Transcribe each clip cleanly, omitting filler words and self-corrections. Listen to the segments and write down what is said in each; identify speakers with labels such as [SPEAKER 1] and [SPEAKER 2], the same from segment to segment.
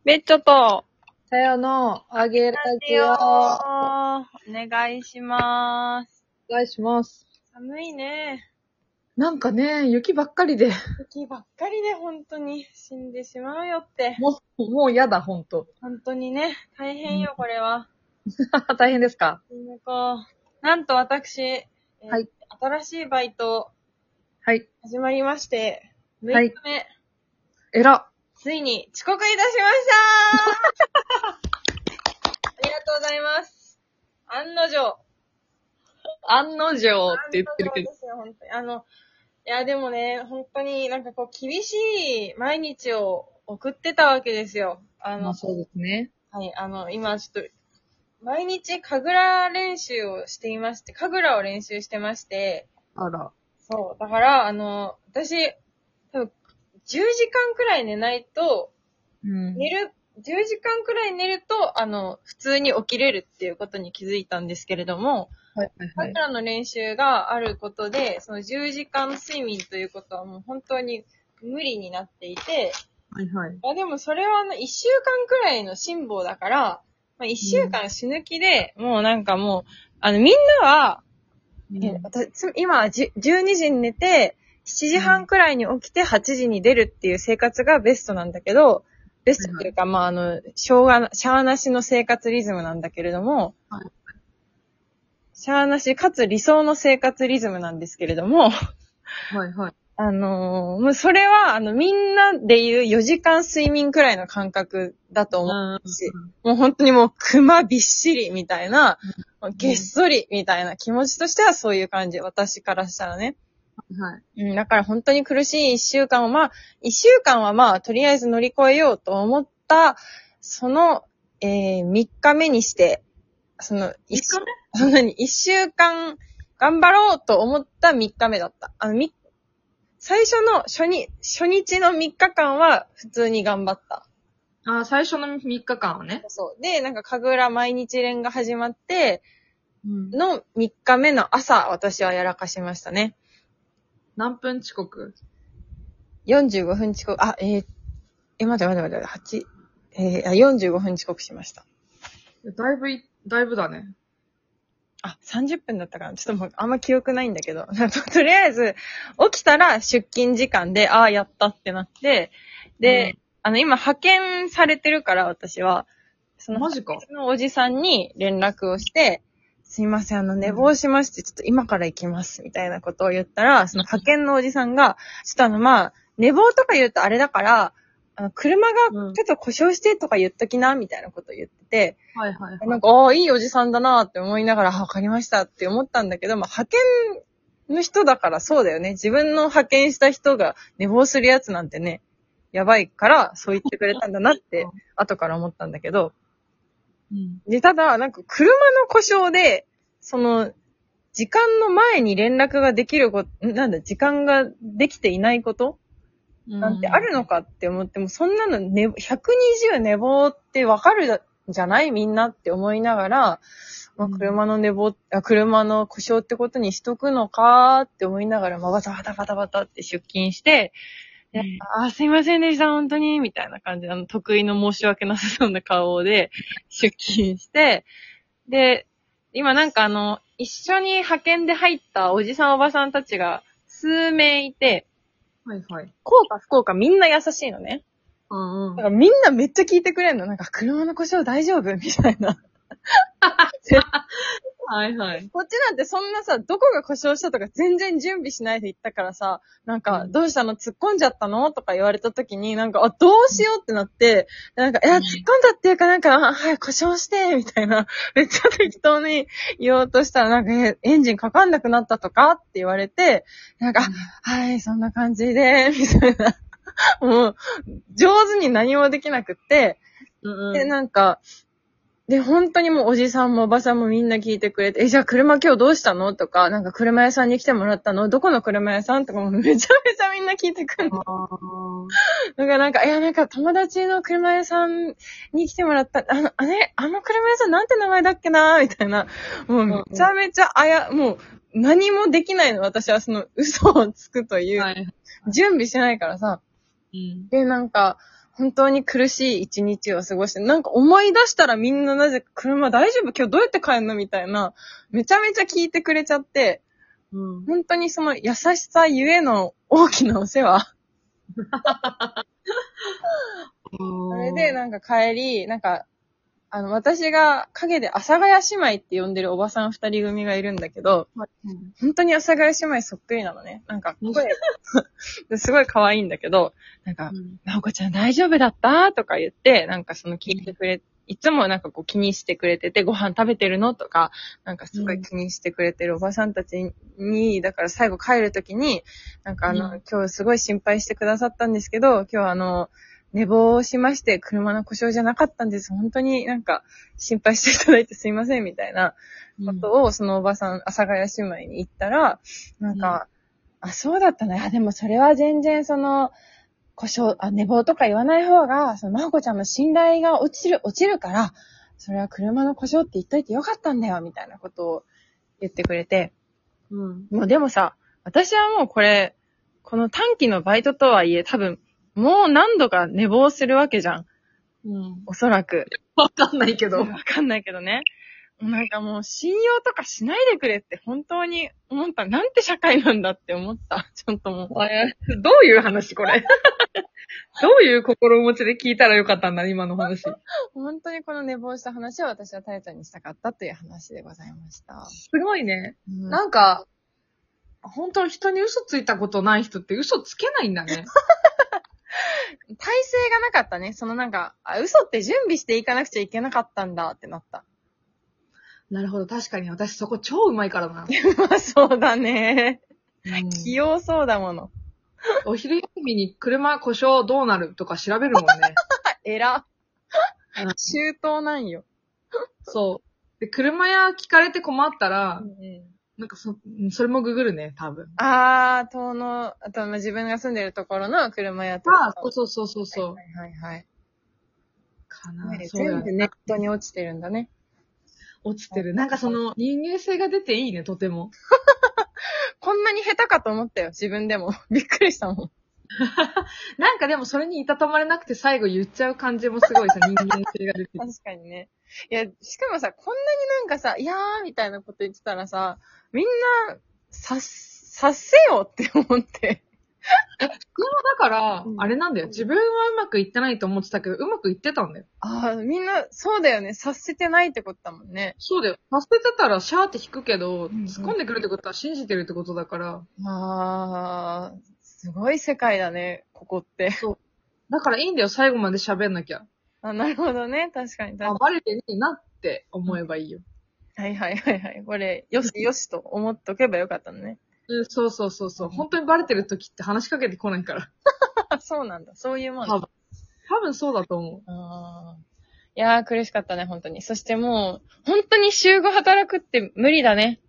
[SPEAKER 1] ベッチョと、
[SPEAKER 2] さよの、あげラジオ。お
[SPEAKER 1] お願いします。
[SPEAKER 2] 願いします。
[SPEAKER 1] 寒いね。
[SPEAKER 2] なんかね、雪ばっかりで。
[SPEAKER 1] 雪ばっかりで本当に死んでしまうよって。
[SPEAKER 2] もうやだ、ほんと。
[SPEAKER 1] 本当にね、大変よ、これは。
[SPEAKER 2] 大変ですか？
[SPEAKER 1] なんと私、
[SPEAKER 2] はい。
[SPEAKER 1] 新しいバイト
[SPEAKER 2] はい。
[SPEAKER 1] 始まりまして、6
[SPEAKER 2] はい
[SPEAKER 1] 日目、
[SPEAKER 2] えら。
[SPEAKER 1] ついに遅刻いたしましたありがとうございます。案の定。
[SPEAKER 2] 案の定って言ってるけど。
[SPEAKER 1] ですよ、本当に。いや、でもね、本当になんかこう、厳しい毎日を送ってたわけですよ。
[SPEAKER 2] まあそうですね。
[SPEAKER 1] はい、今ちょっと、毎日神楽練習をしていまして、神楽を練習してまして、
[SPEAKER 2] あら。
[SPEAKER 1] そう、だから、私、多分、10時間くらい寝ないと、
[SPEAKER 2] うん。
[SPEAKER 1] 10時間くらい寝ると、普通に起きれるっていうことに気づいたんですけれども、
[SPEAKER 2] はいはいはい。
[SPEAKER 1] 神楽の練習があることで、その10時間睡眠ということはもう本当に無理になっていて、
[SPEAKER 2] はいはい。
[SPEAKER 1] でもそれは1週間くらいの辛抱だから、まあ、1週間死ぬ気で、もうなんかもう、みんなは、今は12時に寝て、7時半くらいに起きて8時に出るっていう生活がベストなんだけど、ベストっていうか、まあ、しゃーなしの生活リズムなんだけれども、
[SPEAKER 2] はい。
[SPEAKER 1] しゃーなしかつ理想の生活リズムなんですけれども、
[SPEAKER 2] はいはい。
[SPEAKER 1] もうそれは、みんなで言う4時間睡眠くらいの感覚だと思うし、もう本当にもう熊びっしりみたいな、げっそりみたいな気持ちとしてはそういう感じ、私からしたらね。
[SPEAKER 2] はい。
[SPEAKER 1] うん、だから本当に苦しい一週間はまあ、とりあえず乗り越えようと思った、その、3日目にして、一週間頑張ろうと思った3日目だった。最初の初日の3日間は普通に頑張った。
[SPEAKER 2] 最初の3日間はね。
[SPEAKER 1] そう。で、なんか神楽毎日練が始まって、
[SPEAKER 2] うん。
[SPEAKER 1] の3日目の朝、私はやらかしましたね。
[SPEAKER 2] 何分遅刻？
[SPEAKER 1] 45分遅刻、待て、45分遅刻しました。
[SPEAKER 2] だいぶだね。
[SPEAKER 1] 30分だったかな。ちょっともうあんま記憶ないんだけど。とりあえず、起きたら出勤時間で、やったってなって、で、今派遣されてるから、私は。
[SPEAKER 2] マジか。
[SPEAKER 1] そのおじさんに連絡をして、すいません、寝坊しまして、ちょっと今から行きます、みたいなことを言ったら、その派遣のおじさんが、ちょっと寝坊とか言うとあれだから、車がちょっと故障してとか言っときな、みたいなことを言ってて、
[SPEAKER 2] はいはいはい。
[SPEAKER 1] なんか、いいおじさんだなって思いながら、わかりましたって思ったんだけど、派遣の人だからそうだよね。自分の派遣した人が寝坊するやつなんてね、やばいから、そう言ってくれたんだなって、後から思ったんだけど、で、ただ、なんか、車の故障で、時間の前に連絡ができる時間ができていないことなんてあるのかって思っても、そんなの120寝坊ってわかるじゃないみんなって思いながら、車の故障ってことにしとくのかって思いながら、バタバタって出勤して、すいませんでした、本当に、みたいな感じで、得意の申し訳なさそうな顔で出勤して、で、今なんか一緒に派遣で入ったおじさんおばさんたちが数名いて、
[SPEAKER 2] はいはい。
[SPEAKER 1] こうか不幸かみんな優しいのね。だからみんなめっちゃ聞いてくれんの。なんか車の故障大丈夫みたいな。
[SPEAKER 2] はいはい。
[SPEAKER 1] こっちなんてそんなさ、どこが故障したとか全然準備しないで行ったからさ、なんか、どうしたの突っ込んじゃったのとか言われた時に、なんか、どうしようってなって、なんか、突っ込んだっていうかなんか、はい、故障して、みたいな、めっちゃ適当に言おうとしたら、なんか、エンジンかかんなくなったとかって言われて、なんか、はい、そんな感じで、みたいな。もう、上手に何もできなくって、で、なんか、で、本当にもうおじさんもおばさんもみんな聞いてくれて、じゃあ車今日どうしたのとか、なんか車屋さんに来てもらったのどこの車屋さんとかもめちゃめちゃみんな聞いてくるの。だからなんか、なんか友達の車屋さんに来てもらった、あの車屋さんなんて名前だっけなみたいな。もうめちゃめちゃもう何もできないの、私はその嘘をつくという。準備しないからさ。で、なんか、 本当に苦しい一日を過ごして、なんか思い出したらみんななぜか車大丈夫今日どうやって帰るのみたいな、めちゃめちゃ聞いてくれちゃって、本当にその優しさゆえの大きなお世話。それでなんか帰り、なんか、私が陰で阿佐ヶ谷姉妹って呼んでるおばさん二人組がいるんだけど、本当に阿佐ヶ谷姉妹そっくりなのね。なんか声、すごい可愛いんだけど、なんか、なおこちゃん大丈夫だったとか言って、なんかその聞いてくれ、いつもなんかこう気にしてくれてて、ご飯食べてるのとか、なんかすごい気にしてくれてるおばさんたちに、だから最後帰るときに、なんか今日すごい心配してくださったんですけど、今日寝坊しまして、車の故障じゃなかったんです。本当になんか、心配していただいてすいません、みたいなことを、そのおばさん、阿佐ヶ谷姉妹に言ったら、なんか、あ、そうだったね。でもそれは全然故障、寝坊とか言わない方が、まほこちゃんの信頼が落ちるから、それは車の故障って言っといてよかったんだよ、みたいなことを言ってくれて。もうでもさ、私はもうこの短期のバイトとはいえ、多分、もう何度か寝坊するわけじゃん。おそらく。
[SPEAKER 2] わかんないけど。
[SPEAKER 1] わかんないけどね。なんかもう信用とかしないでくれって本当に思った。なんて社会なんだって思った。ちょっともう。
[SPEAKER 2] どういう話これどういう心持ちで聞いたらよかったんだ、今の話。
[SPEAKER 1] 本当にこの寝坊した話を私はタイちゃんにしたかったという話でございました。
[SPEAKER 2] すごいね。
[SPEAKER 1] なん
[SPEAKER 2] か、本当に人に嘘ついたことない人って嘘つけないんだね。
[SPEAKER 1] 体制がなかったね。なんか、嘘って準備していかなくちゃいけなかったんだってなった。
[SPEAKER 2] なるほど、確かに私そこ超うまいからな。
[SPEAKER 1] まあそうだね。器用そうだもの。
[SPEAKER 2] お昼休みに車故障どうなるとか調べるもんね。
[SPEAKER 1] 偉。周到なんよ。
[SPEAKER 2] そう。で、車屋聞かれて困ったら、なんかそれもググるね、多分。
[SPEAKER 1] あと自分が住んでるところの車屋とか。
[SPEAKER 2] そうそう。
[SPEAKER 1] はい。
[SPEAKER 2] かな、
[SPEAKER 1] 全部ネットに落ちてるんだね。
[SPEAKER 2] 落ちてる。なんか人間性が出ていいね、とても。
[SPEAKER 1] こんなに下手かと思ったよ、自分でも。びっくりしたもん。
[SPEAKER 2] なんかでもそれにいたたまれなくて最後言っちゃう感じもすごいさ、人間性が出てる。
[SPEAKER 1] 確かにね。いや、しかもさ、こんなになんかさ、いやーみたいなこと言ってたらさ、みんな、察せよって思って。
[SPEAKER 2] でもだから、あれなんだよ。自分はうまくいってないと思ってたけど、うまくいってたんだよ。
[SPEAKER 1] みんな、そうだよね。察せてないってことだもんね。
[SPEAKER 2] そうだよ。察せてたらシャーって引くけど、突っ込んでくるってことは信じてるってことだから。
[SPEAKER 1] すごい世界だね、ここって。
[SPEAKER 2] そう。だからいいんだよ、最後まで喋んなきゃ。
[SPEAKER 1] なるほどね。確かに。
[SPEAKER 2] バレてねえなって思えばいいよ。
[SPEAKER 1] はい。これ、よしと思っとけばよかったのね。
[SPEAKER 2] そう。本当にバレてる時って話しかけてこないから。
[SPEAKER 1] そうなんだ。そういうもん
[SPEAKER 2] 多分そうだと思う。
[SPEAKER 1] いやー、苦しかったね、本当に。そしてもう、本当に週5働くって無理だね。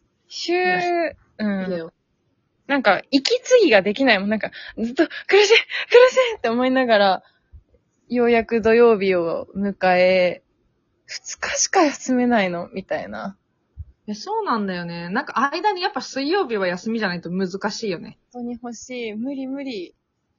[SPEAKER 1] なんか、息継ぎができないもん。なんか、ずっと苦しいって思いながら、ようやく土曜日を迎え、2日しか休めないのみたいな。
[SPEAKER 2] そうなんだよね。なんか間にやっぱ水曜日は休みじゃないと難しいよね。
[SPEAKER 1] 本当に欲しい。無理。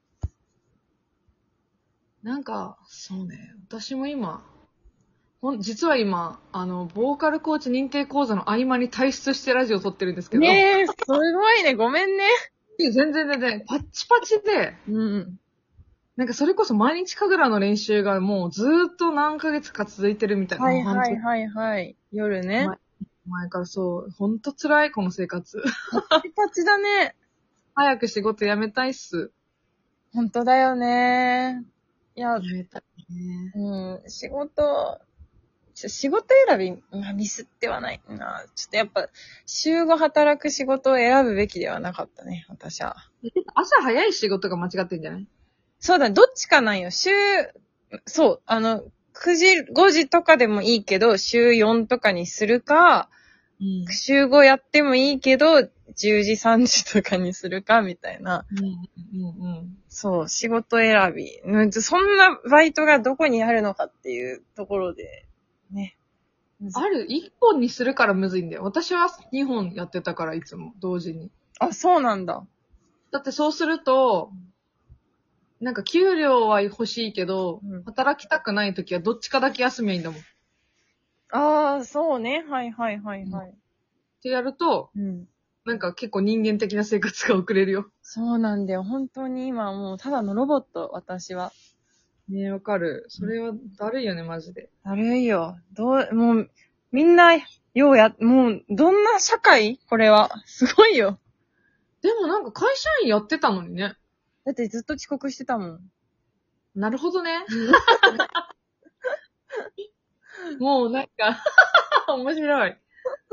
[SPEAKER 2] なんか、そうね。私も実は今、ボーカルコーチ認定講座の合間に退出してラジオ撮ってるんですけど。
[SPEAKER 1] ねえ、すごいね。ごめんね。
[SPEAKER 2] 全然。パッチパチで、なんかそれこそ毎日神楽の練習がもうずーっと何ヶ月か続いてるみたいな。
[SPEAKER 1] はい。夜ね。
[SPEAKER 2] 前からそう、ほんと辛い、この生活。
[SPEAKER 1] パチパチだね。
[SPEAKER 2] 早く仕事辞めたいっす。
[SPEAKER 1] ほんとだよね。いや、
[SPEAKER 2] 辞めたいね。
[SPEAKER 1] 仕事選び、ミスってはないな。ちょっとやっぱ、週5働く仕事を選ぶべきではなかったね、私は。
[SPEAKER 2] 朝早い仕事が間違ってんじゃない？
[SPEAKER 1] そうだね、どっちかなんよ。そう、9時、5時とかでもいいけど、週4とかにするか、週5やってもいいけど、10時、3時とかにするか、みたいな。そう、仕事選び。そんなバイトがどこにあるのかっていうところで、ね。
[SPEAKER 2] 1本にするからむずいんだよ。私は2本やってたから、いつも、同時に。
[SPEAKER 1] あ、そうなんだ。
[SPEAKER 2] だってそうすると、 なんか給料は欲しいけど、
[SPEAKER 1] うん
[SPEAKER 2] 働きたくないときはどっちかだけ休みゃいいんだもん。っ
[SPEAKER 1] ああ、そうね。はいはいはいはい。
[SPEAKER 2] てやると、
[SPEAKER 1] うん。
[SPEAKER 2] なんか結構人間的な生活が送れるよ。
[SPEAKER 1] そうなんだよ。本当に今もうただのロボット、私は。
[SPEAKER 2] ねえ、わかる。それはだるいよね、マジで。
[SPEAKER 1] だるいよ。もう、みんな、もう、どんな社会これは。すごいよ。
[SPEAKER 2] でもなんか会社員やってたのにね。
[SPEAKER 1] だってずっと遅刻してたもん。
[SPEAKER 2] なるほどね。もうなんか、面白い。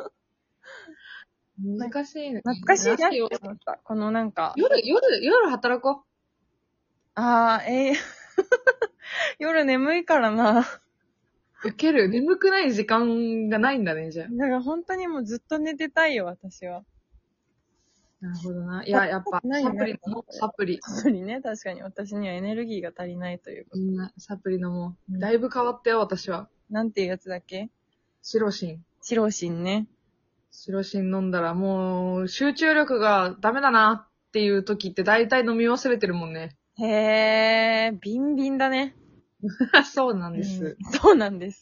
[SPEAKER 2] 難しいね。
[SPEAKER 1] 懐かしいなって
[SPEAKER 2] よ
[SPEAKER 1] 思った。このなんか、
[SPEAKER 2] 夜働こ
[SPEAKER 1] 夜眠いからな。
[SPEAKER 2] う。受ける。眠くない時間がないんだね、じゃあ。
[SPEAKER 1] だから本当にもうずっと寝てたいよ、私は。
[SPEAKER 2] なるほどな。いや、やっぱ、
[SPEAKER 1] ない
[SPEAKER 2] サプリ飲もう、サプリ。
[SPEAKER 1] サプリね、確かに私にはエネルギーが足りないということ。
[SPEAKER 2] みんな、サプリ飲も
[SPEAKER 1] うん
[SPEAKER 2] う。だいぶ変わったよ、私は。
[SPEAKER 1] なんていうやつだっけ？
[SPEAKER 2] シロシン。
[SPEAKER 1] チロシンね。
[SPEAKER 2] シロシン飲んだらもう、集中力がダメだなっていう時って大体飲み忘れてるもんね。
[SPEAKER 1] へー、ビンビンだね。
[SPEAKER 2] そうなんです。
[SPEAKER 1] そうなんです。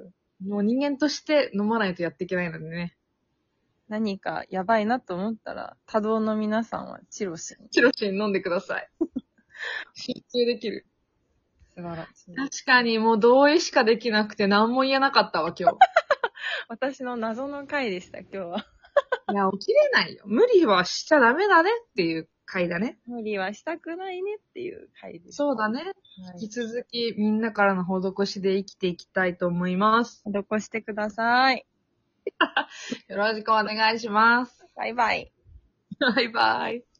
[SPEAKER 2] もう人間として飲まないとやっていけないのでね。
[SPEAKER 1] 何かやばいなと思ったら、多動の皆さんはチロシン。
[SPEAKER 2] チロシン飲んでください。集中できる。
[SPEAKER 1] 素晴らしい。
[SPEAKER 2] 確かにもう同意しかできなくて何も言えなかったわ、今日。
[SPEAKER 1] 私の謎の回でした、今日は。
[SPEAKER 2] いや、起きれないよ。無理はしちゃダメだねっていう回だね。
[SPEAKER 1] 無理はしたくないねっていう回です。
[SPEAKER 2] そうだね。
[SPEAKER 1] は
[SPEAKER 2] 引き
[SPEAKER 1] い。
[SPEAKER 2] 続きみんなからの施しで生きていきたいと思います。
[SPEAKER 1] 施してください。
[SPEAKER 2] よろしくお願いします。
[SPEAKER 1] バイバイ。
[SPEAKER 2] バイバイ。